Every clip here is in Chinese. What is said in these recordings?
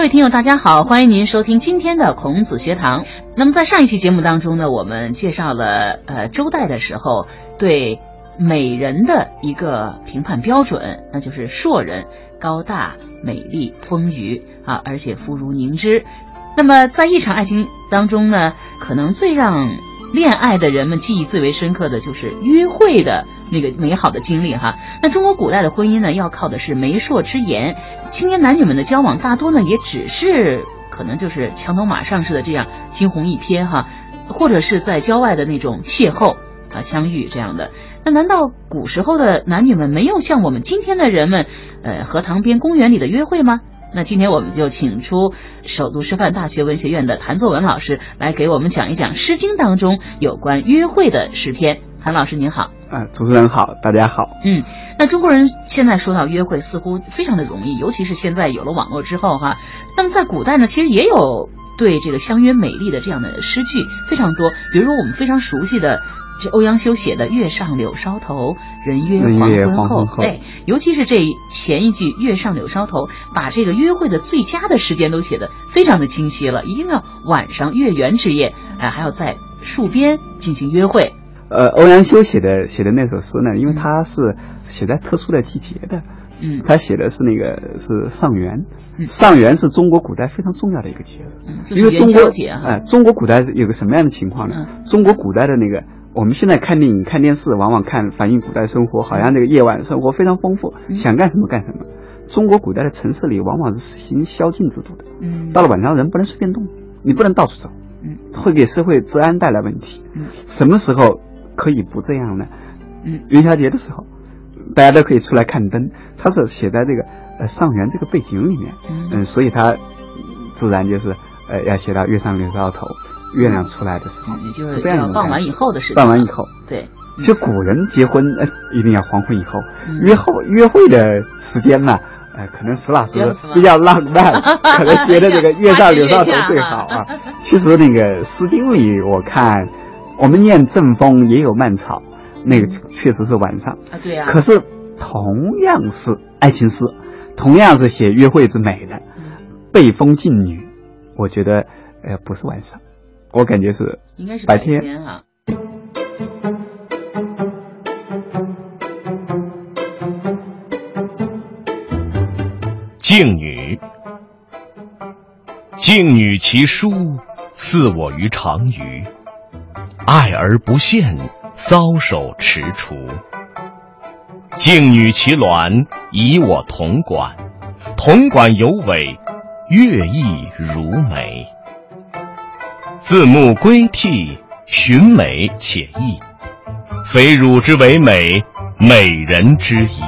位听友大家好，欢迎您收听今天的孔子学堂。那么在上一期节目当中呢，我们介绍了周代的时候对美人的一个评判标准，那就是硕人，高大美丽丰腴啊，而且肤如凝脂。那么在一场爱情当中呢，可能最让恋爱的人们记忆最为深刻的就是约会的那个美好的经历哈。那中国古代的婚姻呢，要靠的是媒妁之言，青年男女们的交往大多呢也只是可能就是墙头马上似的这样惊鸿一瞥哈，或者是在郊外的那种邂逅啊相遇这样的。那难道古时候的男女们没有像我们今天的人们荷塘边公园里的约会吗？那今天我们就请出首都师范大学文学院的谭作文老师来给我们讲一讲《诗经》当中有关约会的诗篇。谭老师您好。 主持人好，大家好。 那中国人现在说到约会似乎非常的容易，尤其是现在有了网络之后哈。那么在古代呢，其实也有对这个相约美丽的这样的诗句非常多，比如说我们非常熟悉的是欧阳修写的月上柳梢头，人约黄昏后。尤其是这前一句月上柳梢头，把这个约会的最佳的时间都写得非常的清晰了，一定要晚上月圆之夜，还要在树边进行约会。 欧阳修写的那首诗呢，因为他是写在特殊的季节的，他写的是那个是上元，上元是中国古代非常重要的一个节日， 因为中国古代有个什么样的情况呢？中国古代的那个我们现在看电影看电视往往看反映古代生活，好像这个夜晚生活非常丰富，想干什么干什么。中国古代的城市里往往是实行宵禁制度的，到了晚上人不能随便动，你不能到处走，会给社会治安带来问题。什么时候可以不这样呢？元宵节的时候大家都可以出来看灯，它是写在这个上元这个背景里面，所以它自然就是要写到月上柳梢头，月亮出来的时候， 也就是这样傍晚以后的事情。 傍晚以后， 对。 其实古人结婚一定要黄昏以后，约会的时间呢，可能石老师比较浪漫，可能觉得这个月上柳梢头最好啊。其实那个《诗经》里，我看我们念正风也有蔓草，那个确实是晚上啊，对啊。 可是同样是爱情诗，同样是写约会之美的，背风劲女，我觉得不是晚上，我感觉是应该是白天啊。 静女，静女其姝，似我于长舆。爱而不见，搔首踟蹰。静女其鸾，以我同管。同管有尾，乐亦如眉。自牧归涕，寻美且异。非汝之为美，美人之宜。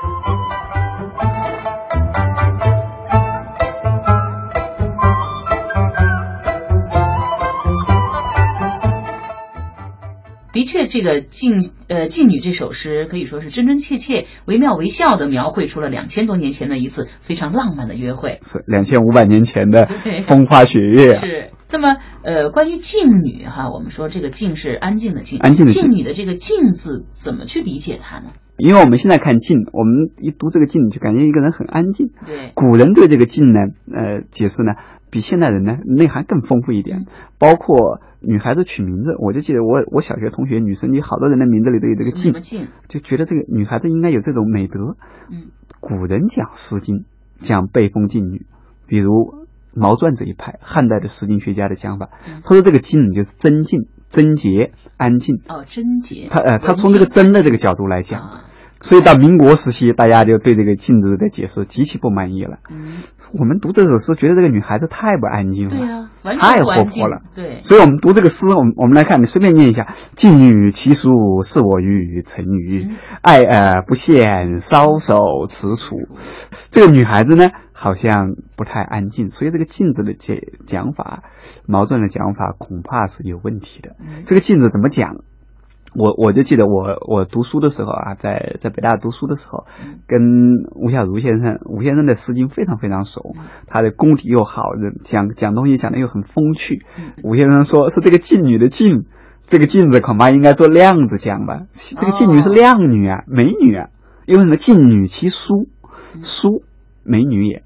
的确，这个静女这首诗可以说是真真切切、惟妙惟肖地描绘出了2000多年前的一次非常浪漫的约会， 是2500年前的风花雪月。 是。那么关于静女哈，我们说这个静是安静的静，静女的这个静字怎么去理解它呢？ 因为我们现在看静，我们一读这个静就感觉一个人很安静。 对。 古人对这个静呢，解释呢，比现代人呢内涵更丰富一点，包括女孩子取名字，我就记得我小学同学女生，有好多人的名字里都有这个静，就觉得这个女孩子应该有这种美德。古人讲《诗经》，讲背风劲女，比如毛传这一派，汉代的诗经学家的讲法，他说这个静就是贞静、贞洁、安静。 贞洁。 他从这个贞的这个角度来讲。所以到民国时期，大家就对这个静字的解释极其不满意了。我们读这首诗，觉得这个女孩子太不安静了， 对啊， 太活泼了。 对， 所以我们读这个诗，我们来看，你随便念一下：静女其姝，似我于成舆。爱而不见，搔首踟蹰。这个女孩子呢，好像不太安静，所以这个静字的讲法，毛传的讲法恐怕是有问题的。这个静字怎么讲？我就记得我读书的时候啊，在北大读书的时候，跟吴小如先生的诗经非常非常熟，他的功底又好，讲东西讲的又很风趣。吴先生说是这个静女的静，这个静字恐怕应该做亮字讲吧。这个静女是亮女啊，美女啊，因为什么？静女其姝，姝美女也。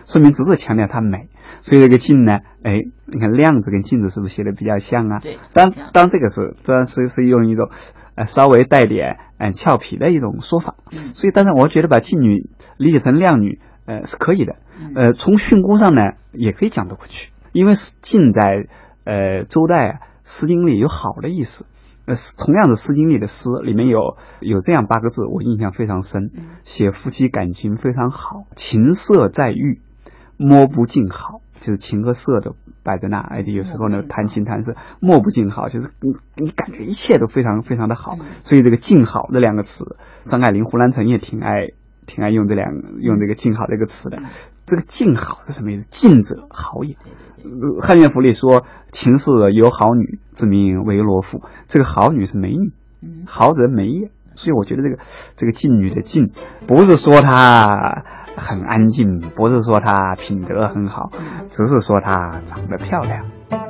说明只是强调它美。所以这个镜呢，你看亮子跟镜子是不是写的比较像啊？ 对。 当这个是用一种稍微带点俏皮的一种说法。所以但是我觉得把镜女理解成靓女是可以的。从训诂上呢也可以讲得过去，因为镜在周代诗经里有好的意思。同样的诗经里的诗里面有这样8个字，我印象非常深，写夫妻感情非常好，情色在玉，摸不尽好，就是情和色都摆在那，有时候呢谈情谈色，摸不尽好，就是你感觉一切都非常非常的好。所以这个尽好这2个词，张爱玲、胡兰成也挺爱用这个尽好这个词的。这个尽好是什么意思？尽者好也。汉乐府里说情色有好女，自名为罗妇。这个好女是美女，好者美也。所以我觉得这个静女的静，不是说她很安静，不是说她品德很好，只是说她长得漂亮。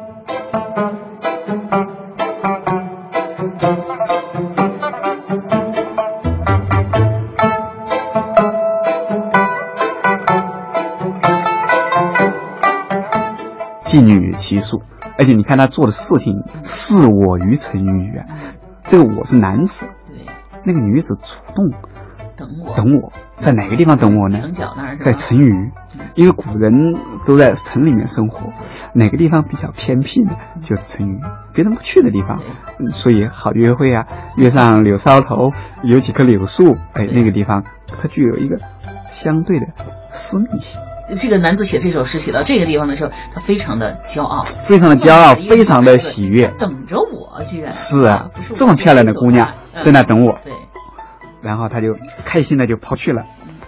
妓女其数，而且你看她做的事情，视我于成语啊。这个我是男子，那个女子主动等我，在哪个地方等我呢？ 城角那儿， 在成渝。因为古人都在城里面生活，哪个地方比较偏僻呢？就是成渝，别人不去的地方。所以好约会啊，约上柳梢头，有几棵柳树，那个地方它具有一个相对的私密性。 这个男子写这首诗写到这个地方的时候，他非常的骄傲， 非常的骄傲，非常的喜悦， 等着我，居然是啊，这么漂亮的姑娘在那等我。 对， 然后他就开心的就跑去了，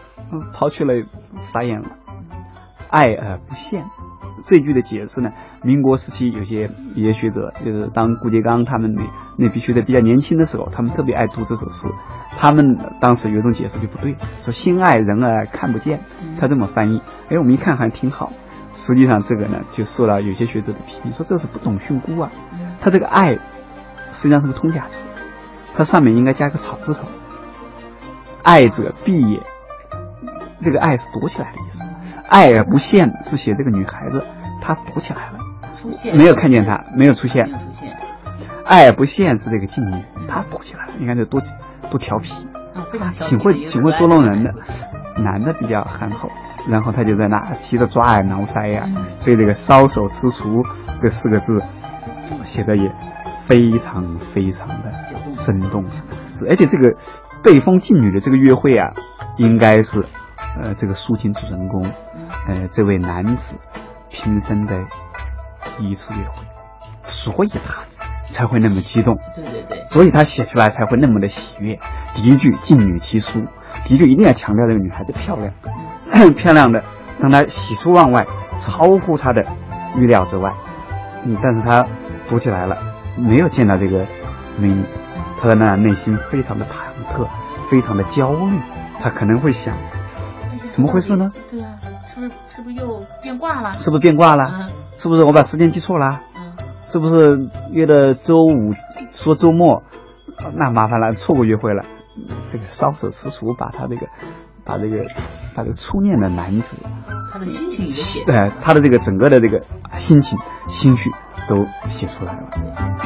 傻眼了。爱而不现，这句的解释呢，民国时期有些学者，就是当顾颉刚他们那批学者比较年轻的时候，他们特别爱读这首诗。他们当时有一种解释就不对，说心爱人儿看不见，他这么翻译，我们一看还挺好。实际上这个呢，就受到有些学者的批评，说这是不懂训诂啊。他这个爱实际上是个通假词，它上面应该加个草字头，爱者必也。这个爱是躲起来的意思，爱而不现是写这个女孩子她躲起来了，没有看见她，没有出现。爱而不现是这个静女，她躲起来了。你看这多调皮，挺会捉弄人的。男的比较憨厚，然后他就在那急着抓耳挠腮呀。所以这个搔首踟蹰这4个字写的也非常非常的生动。而且这个被封静女的这个约会啊，应该是这个抒情主人公这位男子平生的第一次约会，所以他才会那么激动。 对， 所以他写出来才会那么的喜悦。第一句静女其数，第一句一定要强调这个女孩子漂亮，漂亮的让他喜出望外，超乎他的预料之外。但是他躲起来了，没有见到这个美女，他的那内心非常的忐忑，非常的焦虑。他可能会想，怎么回事呢？ 对啊，是不是又变卦了？ 是不是变卦了？是不是我把时间记错了？是不是约的周五说周末？那麻烦了，错过约会了。这个搔首踟蹰把这个初恋的男子， 他的心情也写， 他的这个整个的这个心情心绪都写出来了。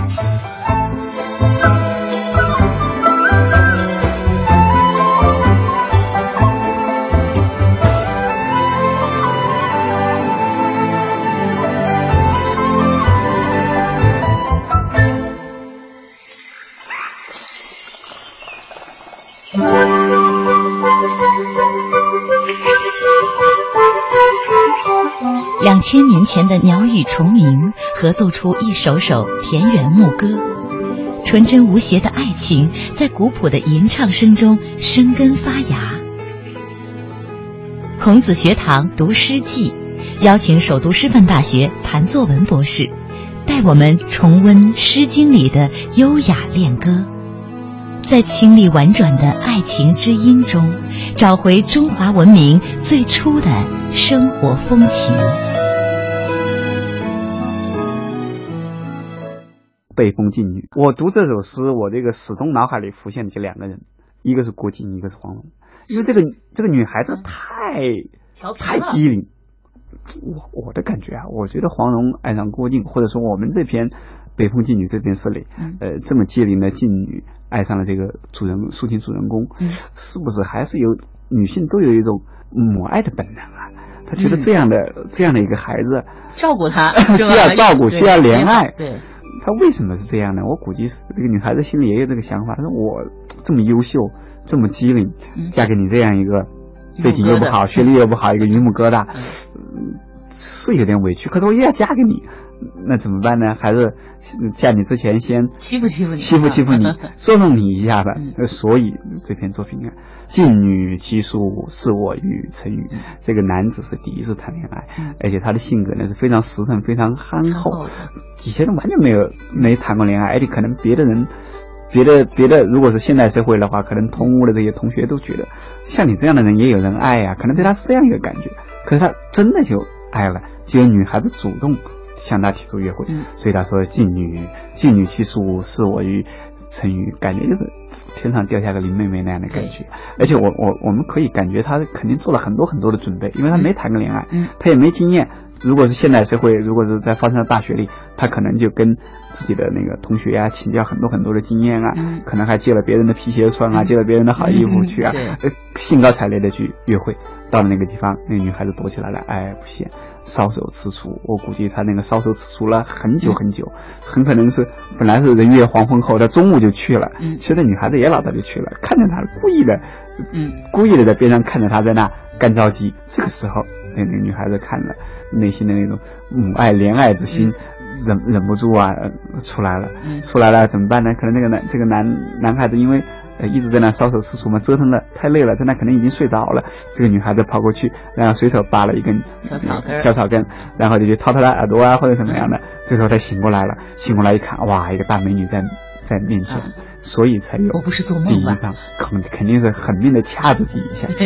2000年前的鸟语虫鸣合奏出一首首田园牧歌，纯真无邪的爱情在古朴的吟唱声中生根发芽。孔子学堂读诗记，邀请首都师范大学谭作文博士带我们重温《诗经》里的优雅恋歌，在清丽婉转的爱情之音中找回中华文明最初的生活风情。 被封静女，我读这首诗，我这个始终脑海里浮现的就2个人，一个是郭靖，一个是黄蓉。因为这个女孩子太机灵， 我的感觉啊，我觉得黄蓉爱上郭靖，或者说我们这篇北风妓女这篇诗里，这么机灵的妓女爱上了这个抒情主人公，是不是还是有女性都有一种母爱的本能啊？她觉得这样的一个孩子， 照顾他需要照顾，需要怜爱。 对， 她为什么是这样呢？我估计这个女孩子心里也有这个想法，她说我这么优秀，这么机灵，嫁给你这样一个背景又不好，学历又不好，一个榆木疙瘩，是有点委屈。可是我又要嫁给你，那怎么办呢？还是嫁你之前先欺负你， 捉弄你一下吧。所以这篇作品啊，晋女其俗，是我与陈宇。这个男子是第一次谈恋爱，而且他的性格呢是非常实诚，非常憨厚，以前完全没谈过恋爱，而且可能别的，如果是现代社会的话，可能同屋的这些同学都觉得，像你这样的人也有人爱啊，可能对他是这样一个感觉。可是他真的就爱了，就有女孩子主动向他提出约会，所以他说晋女其俗，是我与陈宇，感觉就是天上掉下个林妹妹那样的感觉。而且我们可以感觉他肯定做了很多很多的准备，因为他没谈过恋爱，他也没经验。如果是现代社会，如果是在发生在大学里，他可能就跟自己的那个同学啊请教很多很多的经验啊，可能还借了别人的皮鞋穿啊，借了别人的好衣服去啊，兴高采烈的去约会。到了那个地方，那个女孩子躲起来了，爱不现，搔首踟蹰。我估计她那个搔首踟蹰了很久很久，很可能是本来是人月黄昏后，她中午就去了，其实女孩子也老早就去了，看着她故意的在边上看着她在那干着急。这个时候那个女孩子看了，内心的那种母爱怜爱之心忍不住啊出来了怎么办呢？可能这个男孩子因为一直在那搔首踟蹰嘛，折腾的太累了，在那可能已经睡着了。这个女孩子跑过去，然后随手拔了一根小草根，然后就去掏他的耳朵啊或者什么样的。这时候他醒过来一看，哇，一个大美女在面前，所以才有我不是做梦吧第一章，肯定是狠命的掐自己一下。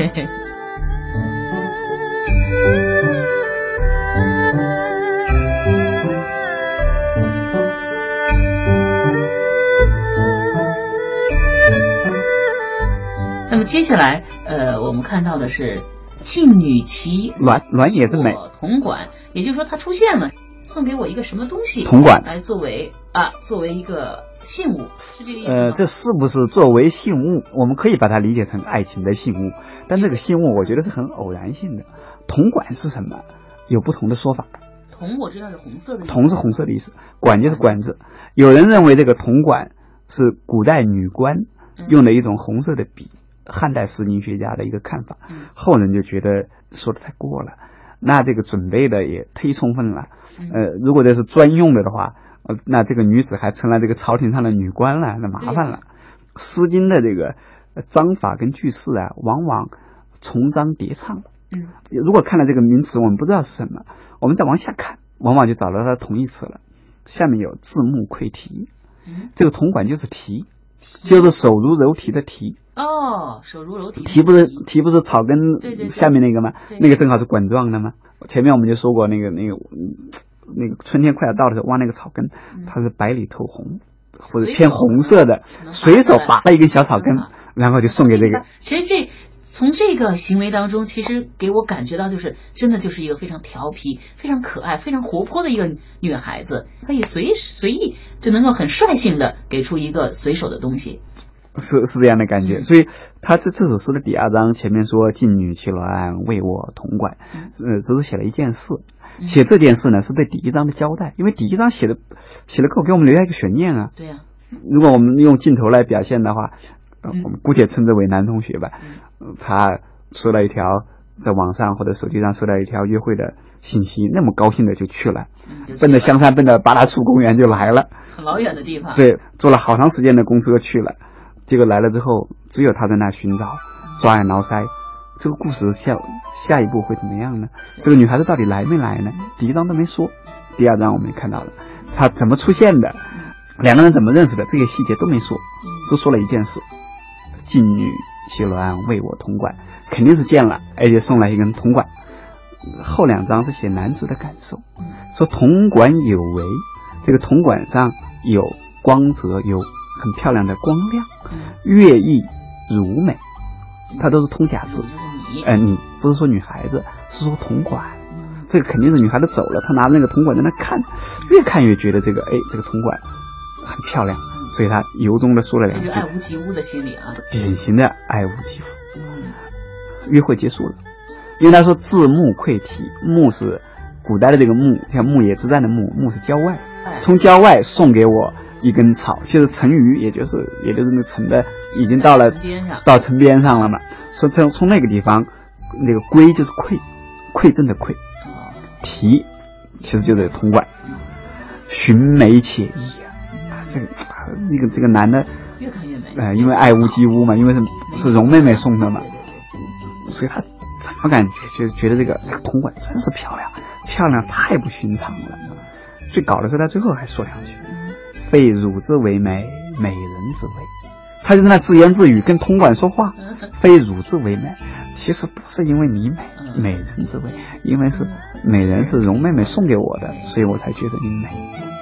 那么接下来我们看到的是晋女其鸾也是美铜管，也就是说它出现了，送给我一个什么东西， 铜管来作为一个信物，是这个意思吗？ 这是不是作为信物？我们可以把它理解成爱情的信物，但这个信物我觉得是很偶然性的。铜管是什么？有不同的说法。 铜我知道是红色的， 铜是红色的意思，管就是管子。有人认为这个铜管是古代女官用的一种红色的笔，汉代诗经学家的一个看法，后人就觉得说的太过了，那这个准备的也忒充分了。如果这是专用的话，那这个女子还成了这个朝廷上的女官了，那麻烦了。诗经的这个章法跟句式啊，往往重章叠唱。如果看了这个名词我们不知道是什么，我们再往下看，往往就找到它的同义词了。下面有字幕窥题，这个铜管就是题，就是手如柔荑的题。 手如柔荑。 题不是草根下面那个吗？那个正好是管状的吗？前面我们就说过那个春天快要到的时候，挖那个草根，它是白里透红或者偏红色的，随手拔了一根小草根，然后就送给这个。 其实从这个行为当中，其实给我感觉到真的就是一个非常调皮、非常可爱、非常活泼的一个女孩子，可以随意就能够很率性的给出一个随手的东西。 是这样的感觉。所以他这首诗的第二章前面说晋女其鸾，为我铜管，只是写了一件事。写这件事呢是对第一章的交代，因为第一章写的够，给我们留下一个悬念啊。 对呀。 如果我们用镜头来表现的话，我们姑且称之为男同学吧。他收了一条在网上或者手机上收到一条约会的信息，那么高兴的就去了，奔着香山，奔着八大处公园就来了， 很老远的地方。 对，坐了好长时间的公车去了，结果来了之后，只有他在那寻找，抓耳挠腮。这个故事下一步会怎么样呢？这个女孩子到底来没来呢？第一章都没说，第二章我们也看到了，她怎么出现的，两个人怎么认识的，这些细节都没说，只说了一件事：晋女其鸾，为我铜管，肯定是见了，而且送来一根铜管。后两章是写男子的感受，说铜管有为，这个铜管上有光泽，有很漂亮的光亮，乐意如美，它都是通假字。你不是说女孩子，是说铜管。 这个肯定是女孩子走了，他拿着那个铜管在那看，越看越觉得这个铜管很漂亮，所以他由衷的说了两句。 这就爱屋及乌的心理啊， 典型的爱屋及乌。约会结束了，因为他说自木窥体，木是古代的这个木，像牧野之战的牧，木是郊外，从郊外送给我一根草，其实成鱼也就是那城的已经到城边上了嘛，所以从那个地方，那个归就是馈赠的馈，题其实就是铜管，寻美且异啊，这个男的越看越美， 因为爱屋及乌嘛，因为是容妹妹送的嘛，所以他怎么感觉得这个铜管真是漂亮太不寻常了。最搞的是他最后还说两句，非汝之为美，美人之为，他就在那自言自语跟铜管说话，非汝之为美，其实不是因为你美，美人之为，因为是美人是容妹妹送给我的，所以我才觉得你美。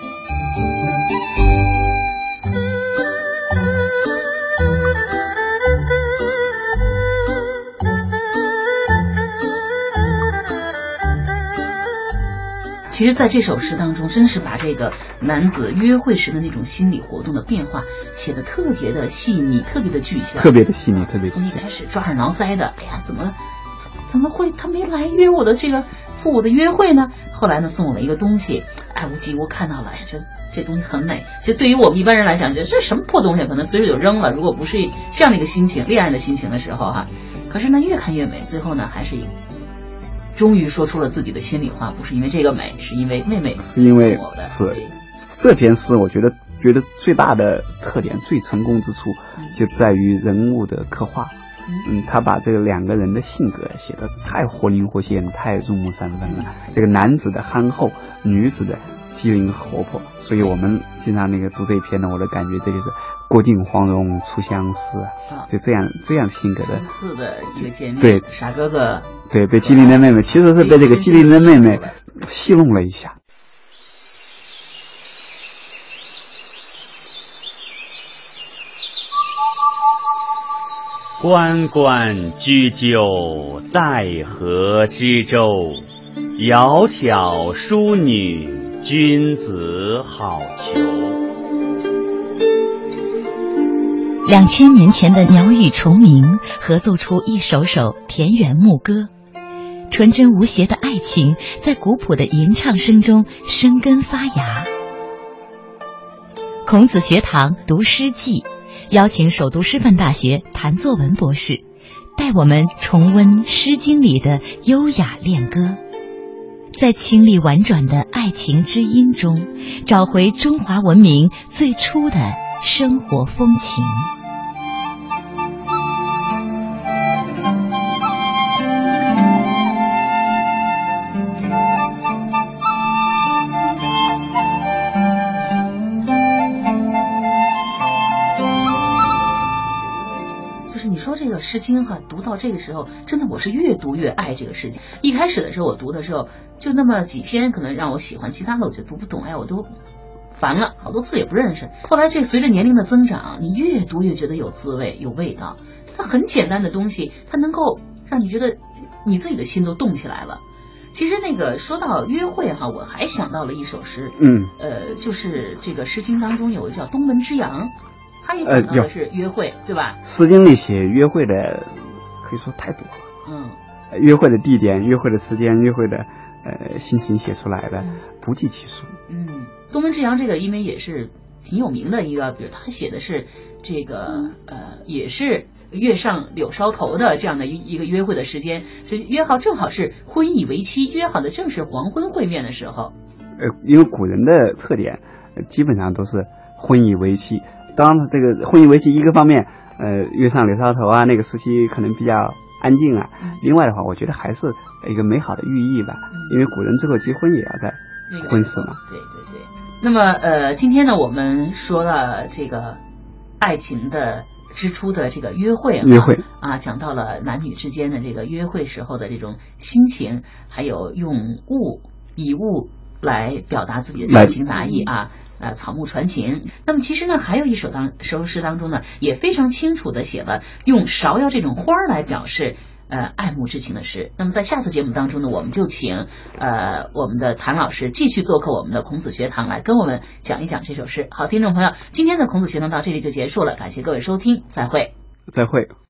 其实在这首诗当中，真是把这个男子约会时的那种心理活动的变化写得特别的细腻，特别的具象， 特别的细腻，特别的从一开始抓耳挠腮的，哎呀，怎么会他没来约我的赴我的约会呢？后来呢，送我了一个东西，爱屋及乌，看到了，哎呀，这东西很美。其实对于我们一般人来讲，觉得这什么破东西，可能随手就扔了。如果不是这样的一个心情，恋爱的心情的时候哈，可是呢，越看越美，最后呢，还是终于说出了自己的心里话，不是因为这个美，是因为妹妹是因为我的。 是这篇诗，我觉得最大的特点、最成功之处，就在于人物的刻画。他把这个两个人的性格写得太活灵活现，太入木三分了。这个男子的憨厚，女子的机灵活泼，所以我们经常读这一篇呢，我的感觉这就是过尽黄蓉初相识啊，就这样性格的似的一个见面。 对， 傻哥哥对被机灵的妹妹，其实是被这个机灵的妹妹戏弄了一下。 关关雎鸠，在河之洲。窈窕淑女，君子好逑。 2000年前的鸟语虫鸣，合奏出一首首田园牧歌。纯真无邪的爱情，在古朴的吟唱声中生根发芽。孔子学堂读诗记，邀请首都师范大学谭作文博士带我们重温《诗经》里的优雅恋歌，在清丽婉转的爱情之音中，找回中华文明最初的生活风情。 《诗经》读到这个时候，真的我是越读越爱这个事情。一开始的时候，我读的时候就那么几篇，可能让我喜欢，其他的我就读不懂，我都烦了，好多字也不认识。后来随着年龄的增长，你越读越觉得有滋味、有味道。它很简单的东西，它能够让你觉得你自己的心都动起来了。其实说到约会我还想到了一首诗，就是这个《诗经》当中有个叫《东门之阳》。他也讲到的是约会，对吧？ 诗经里写约会的可以说太多了。约会的地点、约会的时间、约会的心情写出来的不计其数。 东门之阳这个因为也是挺有名的一个，比如他写的是这个也是月上柳梢头的这样的一个约会的时间，是约好正好是婚以为期，约好的正是黄昏会面的时候。 因为古人的特点基本上都是婚以为期。当然这个婚以为期，一个方面月上柳梢头那个时期可能比较安静另外的话我觉得还是一个美好的寓意吧，因为古人最后结婚也要在婚时嘛。 对。那么今天呢我们说了这个爱情的之初的这个约会讲到了男女之间的这个约会时候的这种心情，还有以物来表达自己的传情达意草木传情。那么其实呢还有一首诗当中呢也非常清楚的写了用芍药这种花来表示爱慕之情的诗。那么在下次节目当中呢，我们就请我们的谭老师继续做客我们的孔子学堂，来跟我们讲一讲这首诗。好，听众朋友，今天的孔子学堂到这里就结束了，感谢各位收听，再会。 再会。